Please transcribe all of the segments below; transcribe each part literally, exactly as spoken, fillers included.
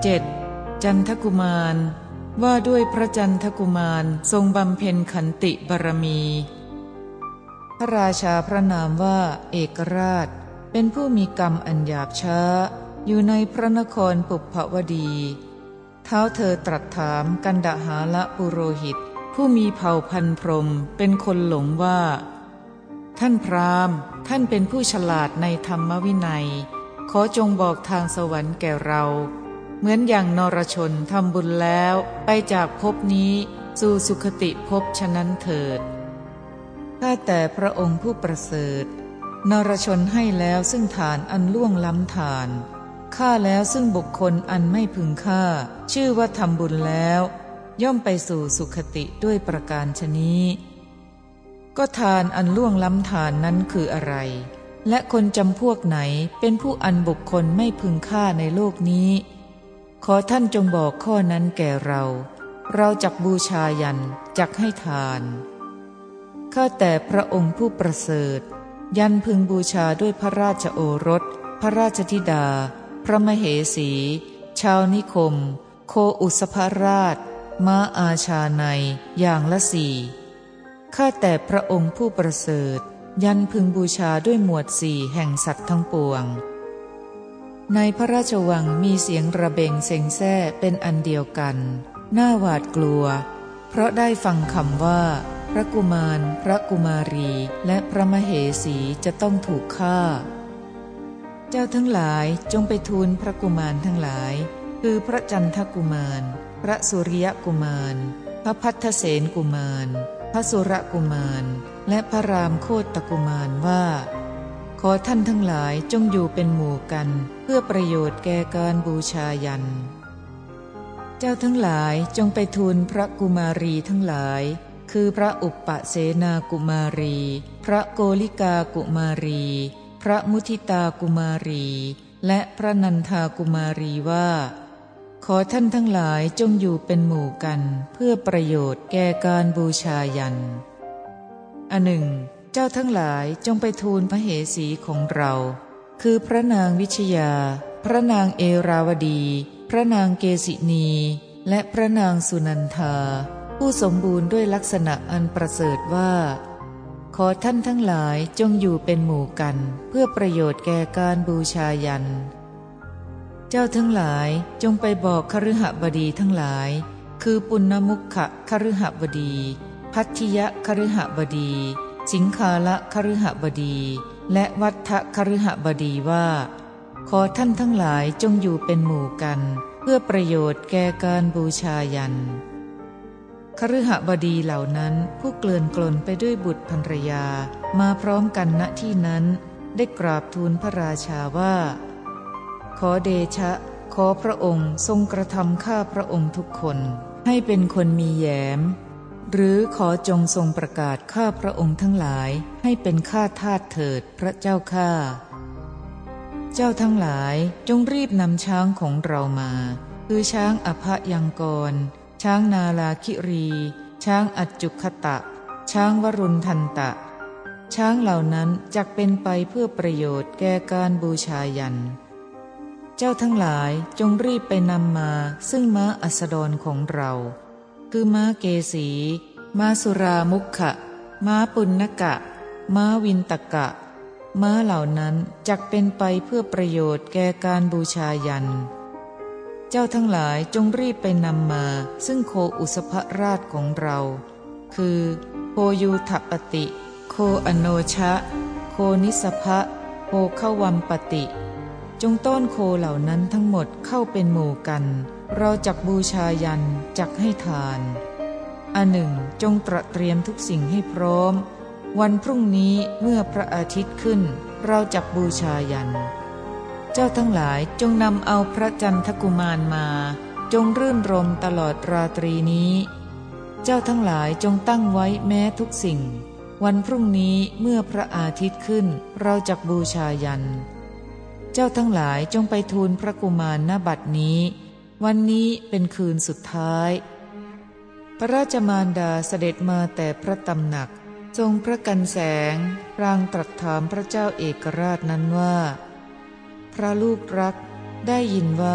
เจ็ดจันทกุมารว่าด้วยพระจันทกุมารทรงบำเพ็ญขันติบารมีพระราชาพระนามว่าเอกราชเป็นผู้มีกรรมอันหยาบช้าอยู่ในพระนครปุพพวดีเท้าเธอตรัสถามกันดหาละปุโรหิตผู้มีเผ่าพันธุ์พรหมเป็นคนหลงว่าท่านพราหมณ์ท่านเป็นผู้ฉลาดในธรรมวินัยขอจงบอกทางสวรรค์แก่เราเหมือนอย่างนรชนทำบุญแล้วไปจากภพนี้สู่สุคติภพฉะนั้นเถิดข้าแต่พระองค์ผู้ประเสริฐนรชนให้แล้วซึ่งทานอันล่วงล้ำทานฆ่าแล้วซึ่งบุคคลอันไม่พึงฆ่าชื่อว่าทำบุญแล้วย่อมไปสู่สุคติด้วยประการฉนี้ก็ทานอันล่วงล้ำทานนั้นคืออะไรและคนจำพวกไหนเป็นผู้อันบุคคลไม่พึงฆ่าในโลกนี้ขอท่านจงบอกข้อนั้นแก่เราเราจักบูชายันจักให้ทานข้าแต่พระองค์ผู้ประเสริฐยันพึงบูชาด้วยพระราชโอรสพระราชธิดาพระมเหสี ชาวนิคมโคอุสภราชม้าอาชาในอย่างละสี่ข้าแต่พระองค์ผู้ประเสริฐยันพึงบูชาด้วยหมวดสี่แห่งสัตว์ทั้งปวงในพระราชวังมีเสียงระเบงเซ็งแซ่เป็นอันเดียวกันน่าหวาดกลัวเพราะได้ฟังคำว่าพระกุมารพระกุมารีและพระมเหสีจะต้องถูกฆ่าเจ้าทั้งหลายจงไปทูลพระกุมารทั้งหลายคือพระจันทกุมารพระสุริยกุมารพระพัทธเสนกุมารพระสุรกุมารและพระรามโคตกุมารว่าขอท่านทั้งหลายจงอยู่เป็นหมู่กันเพื่อประโยชน์แก่การบูชายันเจ้าทั้งหลายจงไปทูลพระกุมารีทั้งหลายคือพระอุปปเสนากุมารีพระโกลิกากุมารีพระมุทิตากุมารีและพระนันทากุมารีว่าขอท่านทั้งหลายจงอยู่เป็นหมู่กันเพื่อประโยชน์แก่การบูชายันอันหนึ่งเจ้าทั้งหลายจงไปทูลพระเหสีของเราคือพระนางวิชยาพระนางเอราวดีพระนางเกสินีและพระนางสุนันทาผู้สมบูรณ์ด้วยลักษณะอันประเสริฐว่าขอท่านทั้งหลายจงอยู่เป็นหมู่กันเพื่อประโยชน์แก่การบูชายันเจ้าทั้งหลายจงไปบอกคฤหบดีทั้งหลายคือปุณณมุขะคฤหบดีพัทธิยะคฤหบดีสิงคาละคฤหบดีและวัฏฐคฤหบดีว่าขอท่านทั้งหลายจงอยู่เป็นหมู่กันเพื่อประโยชน์แก่การบูชายันคฤหบดีเหล่านั้นผู้เกลื่อนกลนไปด้วยบุตรภรรยามาพร้อมกันณที่นั้นได้กราบทูลพระราชาว่าขอเดชะขอพระองค์ทรงกระทำข้าพระองค์ทุกคนให้เป็นคนมีแย้มหรือขอจงทรงประกาศข้าพระองค์ทั้งหลายให้เป็นข้าทาสเถิดพระเจ้าข้าเจ้าทั้งหลายจงรีบนำช้างของเรามาคือช้างอภยังกรช้างนาลาคิรีช้างอัจจุคตะช้างวรุณทันตะช้างเหล่านั้นจักเป็นไปเพื่อประโยชน์แก่การบูชายันเจ้าทั้งหลายจงรีบไปนำมาซึ่งม้าอัสดรของเราคือม้าเกสีม้าสุรามุขะม้าปุณณกะม้าวินตกะม้าเหล่านั้นจักเป็นไปเพื่อประโยชน์แก่การบูชายันเจ้าทั้งหลายจงรีบไปนำมาซึ่งโคอุสภราชของเราคือโคยูทัปปติโคอโนชะโคนิสภะโคขวัมปติจงต้อนโคเหล่านั้นทั้งหมดเข้าเป็นหมู่กันเราจักบูชายันจักให้ทานอันหนึ่งจงตระเตรียมทุกสิ่งให้พร้อมวันพรุ่งนี้เมื่อพระอาทิตย์ขึ้นเราจักบูชายันเจ้าทั้งหลายจงนำเอาพระจันทกุมารมาจงรื่นรมตลอดราตรีนี้เจ้าทั้งหลายจงตั้งไว้แม้ทุกสิ่งวันพรุ่งนี้เมื่อพระอาทิตย์ขึ้นเราจักบูชายันเจ้าทั้งหลายจงไปทูลพระกุมารณบัดนี้วันนี้เป็นคืนสุดท้ายพระราชมารดาเสด็จมาแต่พระตำหนักทรงพระกันแสงพลางตรัสถามพระเจ้าเอกราชนั้นว่าพระลูกรักได้ยินว่า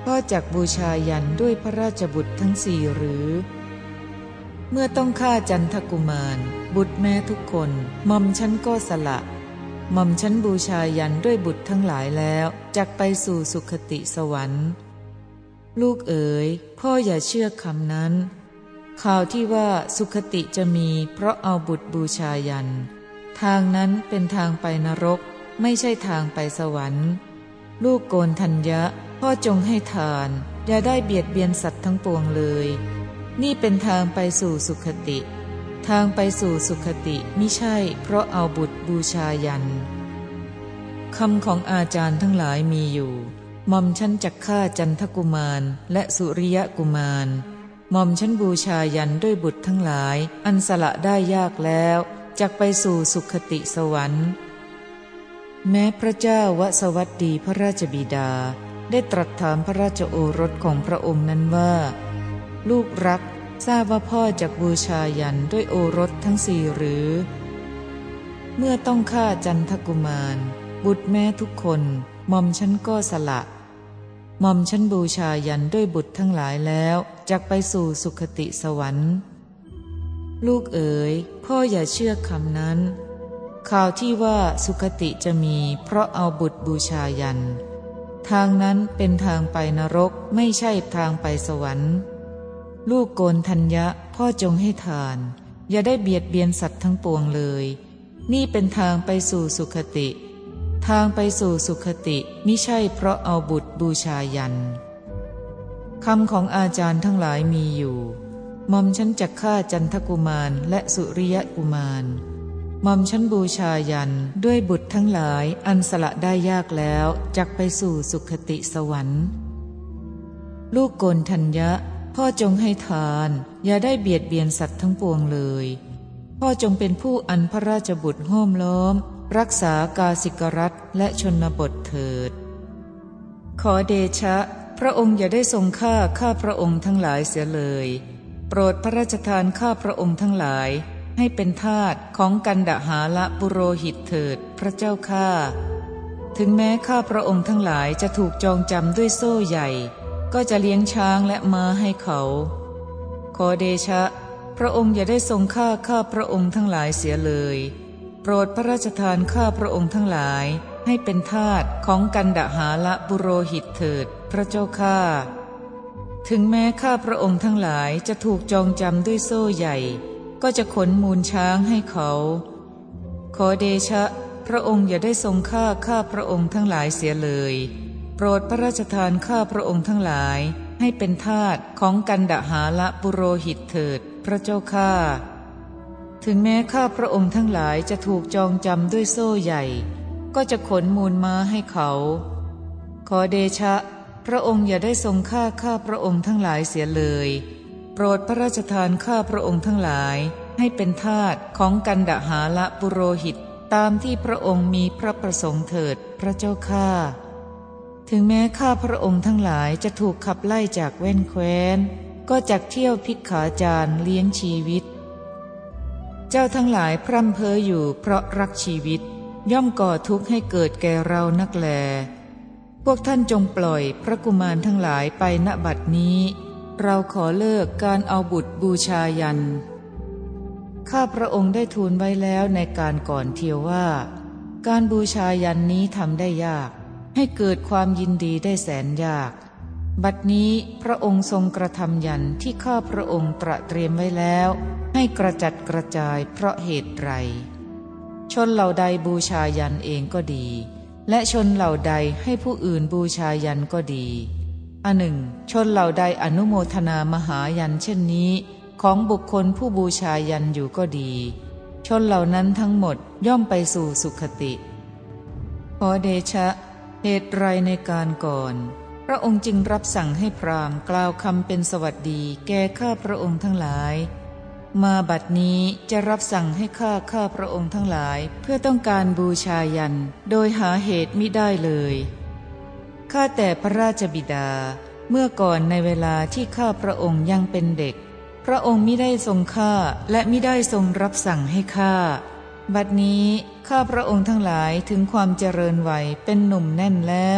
พ่อจักบูชายันด้วยพระราชบุตรทั้งสี่หรือเมื่อต้องฆ่าจันทกุมารบุตรแม้ทุกคนหม่อมฉันก็สละหม่อมฉันบูชายันด้วยบุตรทั้งหลายแล้วจักไปสู่สุคติสวรรค์ลูกเอ๋ยพ่ออย่าเชื่อคำนั้นข่าวที่ว่าสุคติจะมีเพราะเอาบุตรบูชายันทางนั้นเป็นทางไปนรกไม่ใช่ทางไปสวรรค์ลูกโกนทัญญะพ่อจงให้ทานอย่าได้เบียดเบียนสัตว์ทั้งปวงเลยนี่เป็นทางไปสู่สุคติทางไปสู่สุคติมิใช่เพราะเอาบุตรบูชายันคำของอาจารย์ทั้งหลายมีอยู่หม่อมฉันจักฆ่าจันทกุมารและสุริยกุมารหม่อมฉันบูชายันด้วยบุตรทั้งหลายอันสละได้ยากแล้วจักไปสู่สุคติสวรรค์แม้พระเจ้าวสวัสดีพระราชบิดาได้ตรัสถามพระราชโอรสของพระองค์นั้นว่าลูกรักทราบว่าพ่อจักบูชายันด้วยโอรสทั้งสี่หรือเมื่อต้องฆ่าจันทกุมารบุตรแม่ทุกคนหม่อมฉันก็สละหม่อมฉันบูชายันด้วยบุตรทั้งหลายแล้วจักไปสู่สุคติสวรรค์ลูกเอ๋ยพ่ออย่าเชื่อคำนั้นข่าวที่ว่าสุคติจะมีเพราะเอาบุตรบูชายันทางนั้นเป็นทางไปนรกไม่ใช่ทางไปสวรรค์ลูกโกนทัญญะพ่อจงให้ทานอย่าได้เบียดเบียนสัตว์ทั้งปวงเลยนี่เป็นทางไปสู่สุคติทางไปสู่สุคติมิใช่เพราะเอาบุตรบูชายันคำของอาจารย์ทั้งหลายมีอยู่หม่อมฉันจักฆ่าจันทกุมารและสุริยกุมารหม่อมฉันบูชายันด้วยบุตรทั้งหลายอันสละได้ยากแล้วจักไปสู่สุคติสวรรค์ลูกโกนทัญญะพ่อจงให้ทานอย่าได้เบียดเบียนสัตว์ทั้งปวงเลยพ่อจงเป็นผู้อันพระราชบุตรห้อมล้อมรักษากาสิกรัฐและชนบทเถิดขอเดชะพระองค์อย่าได้ทรงฆ่าข้าพระองค์ทั้งหลายเสียเลยโปรดพระราชทานข้าพระองค์ทั้งหลายให้เป็นทาสของกันดหาละปุโรหิตเถิดพระเจ้าข้าถึงแม้ข้าพระองค์ทั้งหลายจะถูกจองจำด้วยโซ่ใหญ่ก็จะเลี้ยงช้างและม้าให้เขาขอเดชะพระองค์อย่าได้ทรงฆ่าข้าพระองค์ทั้งหลายเสียเลยโปรดพระราชทานข้าพระองค์ทั้งหลายให้เป็นทาสของกันดหาละปุโรหิตเถิดพระเจ้าข้าถึงแม้ข้าพระองค์ทั้งหลายจะถูกจองจำด้วยโซ่ใหญ่ก็จะขนมูลช้างให้เขาขอเดชะพระองค์อย่าได้ทรงฆ่าข้าพระองค์ทั้งหลายเสียเลยโปรดพระราชทานข้าพระองค์ทั้งหลายให้เป็นทาสของกันดหาละปุโรหิตเถิดพระเจ้าข้าถึงแม้ข้าพระองค์ทั้งหลายจะถูกจองจำด้วยโซ่ใหญ่ก็จะขนมูลม้าให้เขาขอเดชะพระองค์อย่าได้ทรงฆ่าข้าพระองค์ทั้งหลายเสียเลยโปรดพระราชทานข้าพระองค์ทั้งหลายให้เป็นทาสของกันดหาละปุโรหิตตามที่พระองค์มีพระประสงค์เถิดพระเจ้าข้าถึงแม้ข้าพระองค์ทั้งหลายจะถูกขับไล่จากแว่นแคว้นก็จักเที่ยวภิกขาจารเลี้ยงชีวิตเจ้าทั้งหลายพร่ำเพ้ออยู่เพราะรักชีวิตย่อมก่อทุกข์ให้เกิดแก่เรานักแลพวกท่านจงปล่อยพระกุมารทั้งหลายไปณบัดนี้เราขอเลิกการเอาบุตรบูชายันข้าพระองค์ได้ทูลไว้แล้วในการก่อนเทียวว่าการบูชายันนี้ทำได้ยากให้เกิดความยินดีได้แสนยากบัดนี้พระองค์ทรงกระทำยันที่ข้าพระองค์ตระเตรียมไว้แล้วให้กระจัดกระจายเพราะเหตุไรชนเหล่าใดบูชายันเองก็ดีและชนเหล่าใดให้ผู้อื่นบูชายันก็ดีอันหนึ่งชนเหล่าใดอนุโมทนามหายันเช่นนี้ของบุคคลผู้บูชายันอยู่ก็ดีชนเหล่านั้นทั้งหมดย่อมไปสู่สุคติขอเดชะเหตุไรในการก่อนพระองค์จึงรับสั่งให้พราหมณ์กล่าวคำเป็นสวัสดีแก่ข้าพระองค์ทั้งหลายมาบัดนี้จะรับสั่งให้ข้าข้าพระองค์ทั้งหลายเพื่อต้องการบูชายันโดยหาเหตุมิได้เลยข้าแต่พระราชบิดาเมื่อก่อนในเวลาที่ข้าพระองค์ยังเป็นเด็กพระองค์มิได้ทรงฆ่าและมิได้ทรงรับสั่งให้ฆ่าบัดนี้ข้าพระองค์ทั้งหลายถึงความเจริญวัยเป็นหนุ่มแน่นแล้ว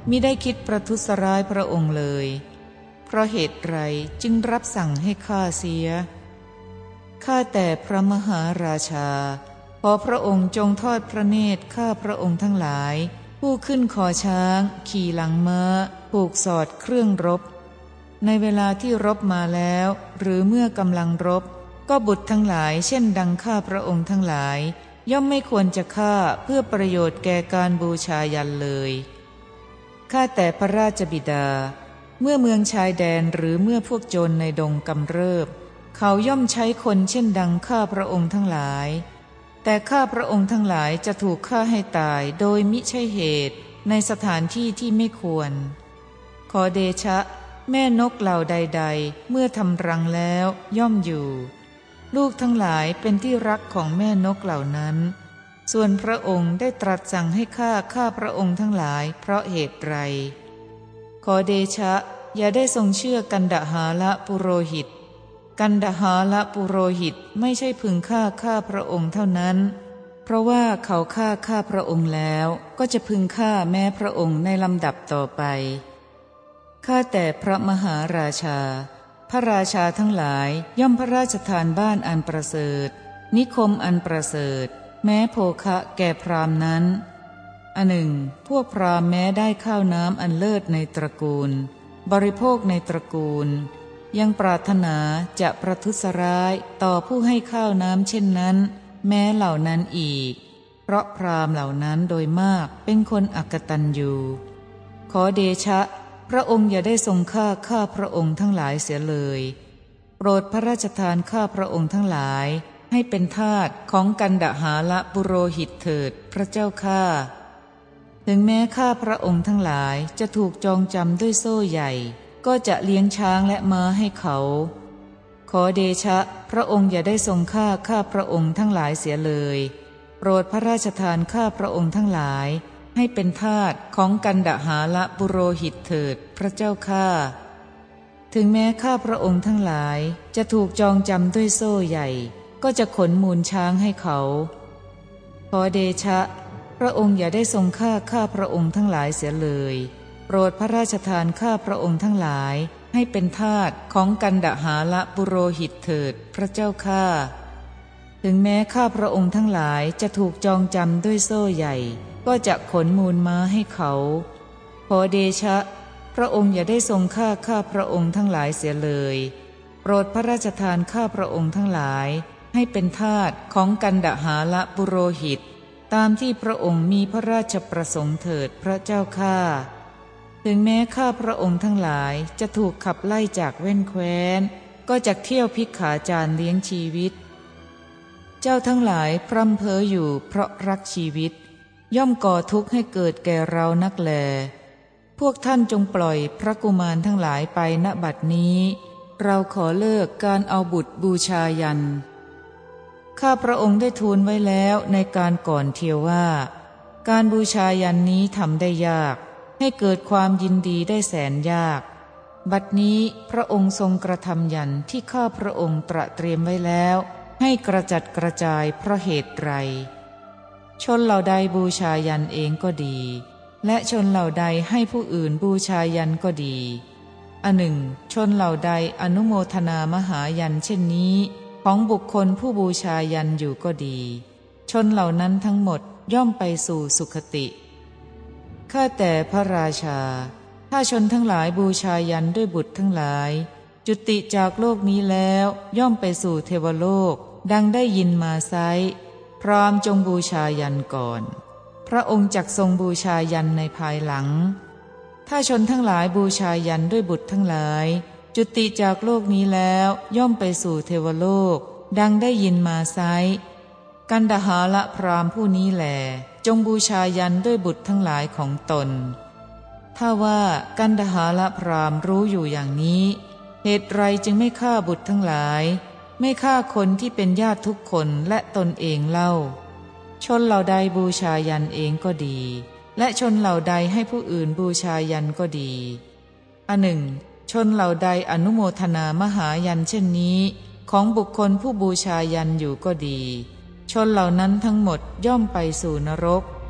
มิได้คิดประทุษร้ายพระองค์เลยเพราะเหตุไรจึงรับสั่งให้ฆ่าเสียข้าแต่พระมหาราชาขอพระองค์จงทอดพระเนตรข้าพระองค์ทั้งหลายผู้ขึ้นคอช้างขี่หลังม้าผูกสอดเครื่องรบในเวลาที่รบมาแล้วหรือเมื่อกำลังรบก็บุตรทั้งหลายเช่นดังข้าพระองค์ทั้งหลายย่อมไม่ควรจะฆ่าเพื่อประโยชน์แก่การบูชายันเลยข้าแต่พระราชบิดาเมื่อเมืองชายแดนหรือเมื่อพวกโจรในดงกำเริบเขาย่อมใช้คนเช่นดังข้าพระองค์ทั้งหลายแต่ข้าพระองค์ทั้งหลายจะถูกฆ่าให้ตายโดยมิใช่เหตุในสถานที่ที่ไม่ควรขอเดชะแม่นกเหล่าใดๆเมื่อทำรังแล้วย่อมอยู่ลูกทั้งหลายเป็นที่รักของแม่นกเหล่านั้นส่วนพระองค์ได้ตรัสสั่งให้ฆ่าข้าพระองค์ทั้งหลายเพราะเหตุไรขอเดชะอย่าได้ทรงเชื่อกันดหาละปุโรหิตกันดหาละปุโรหิตไม่ใช่พึงฆ่าข้าพระองค์เท่านั้นเพราะว่าเขาฆ่าข้าพระองค์แล้วก็จะพึงฆ่าแม้พระองค์ในลำดับต่อไปข้าแต่พระมหาราชาพระราชาทั้งหลายย่อมพระราชทานบ้านอันประเสริฐนิคมอันประเสริฐแม้โภคะแก่พราหมณ์นั้นอันหนึ่งพวกพราหมณ์แม้ได้ข้าวน้ำอันเลิศในตระกูลบริโภคในตระกูลยังปรารถนาจะประทุษร้ายต่อผู้ให้ข้าวน้ำเช่นนั้นแม้เหล่านั้นอีกเพราะพราหมณ์เหล่านั้นโดยมากเป็นคนอกตัญญูขอเดชะพระองค์อย่าได้ทรงฆ่าข้าพระองค์ทั้งหลายเสียเลยโปรดพระราชทานข้าพระองค์ทั้งหลายให้เป็นทาสของกันดหาละปุโรหิตเถิดพระเจ้าข้าถึงแม้ข้าพระองค์ทั้งหลายจะถูกจองจำด้วยโซ่ใหญ่ก็จะเลี้ยงช้างและม้าให้เขาขอเดชะพระองค์อย่าได้ทรงฆ่าข้าพระองค์ทั้งหลายเสียเลยโปรดพระราชทานข้าพระองค์ทั้งหลายให้เป็นทาสของกันดหาละปุโรหิตเถิดพระเจ้าข้าถึงแม้ข้าพระองค์ทั้งหลายจะถูกจองจำด้วยโซ่ใหญ่ก็จะขนมูลช้างให้เขาขอเดชะพระองค์อย่าได้ทรงฆ่าข้าพระองค์ทั้งหลายเสียเลยโปรดพระราชทานข้าพระองค์ทั้งหลายให้เป็นทาสของกันดหาละปุโรหิตเถิดพระเจ้าข้าถึงแม้ข้าพระองค์ทั้งหลายจะถูกจองจำด้วยโซ่ใหญ่ก็จะขนมูลม้าให้เขาขอเดชะพระองค์อย่าได้ทรงฆ่าข้าพระองค์ทั้งหลายเสียเลยโปรดพระราชทานข้าพระองค์ทั้งหลายให้เป็นทาสของกันดหาละปุโรหิตตามที่พระองค์มีพระราชประสงค์เถิดพระเจ้าข้าถึงแม้ข้าพระองค์ทั้งหลายจะถูกขับไล่จากแว่นแคว้นก็จะเที่ยวพิกขาจารเลี้ยงชีวิตเจ้าทั้งหลายพร่ำเพ้ออยู่เพราะรักชีวิตย่อมก่อทุกข์ให้เกิดแก่เรานักแลพวกท่านจงปล่อยพระกุมารทั้งหลายไปณบัดนี้เราขอเลิกการเอาบุตรบูชายันข้าพระองค์ได้ทูลไว้แล้วในการก่อนเทียวว่าการบูชายันนี้ทำได้ยากให้เกิดความยินดีได้แสนยากบัดนี้พระองค์ทรงกระทำยันที่ข้าพระองค์ตระเตรียมไว้แล้วให้กระจัดกระจายเพราะเหตุไรชนเหล่าใดบูชายันเองก็ดีและชนเหล่าใดให้ผู้อื่นบูชายันก็ดีอันหนึ่งชนเหล่าใดอนุโมทนามหายันเช่นนี้ของบุคคลผู้บูชายันอยู่ก็ดีชนเหล่านั้นทั้งหมดย่อมไปสู่สุคติข้าแต่พระราชาถ้าชนทั้งหลายบูชายันด้วยบุตรทั้งหลายจุติจากโลกนี้แล้วย่อมไปสู่เทวโลกดังได้ยินมาไซร้พราหมณ์จงบูชายันก่อนพระองค์จักทรงบูชายันในภายหลังถ้าชนทั้งหลายบูชายันด้วยบุตรทั้งหลายจุติจากโลกนี้แล้วย่อมไปสู่เทวโลกดังได้ยินมาไซร้กันดหาละพราหมณ์ผู้นี้แหลจงบูชายันด้วยบุตรทั้งหลายของตนถ้าว่ากันดหาละพราหมณ์รู้อยู่อย่างนี้เหตุไรจึงไม่ฆ่าบุตรทั้งหลายไม่ฆ่าคนที่เป็นญาติทุกคนและตนเองเล่าชนเหล่าใดบูชายันเองก็ดีและชนเหล่าใดให้ผู้อื่นบูชายันก็ดีอันหนึ่งชนเหล่าใดอนุโมทนามหายันเช่นนี้ของบุคคลผู้บูชายันอยู่ก็ดีชนเหล่านั้นทั้งหมดย่อมไปสู่นรก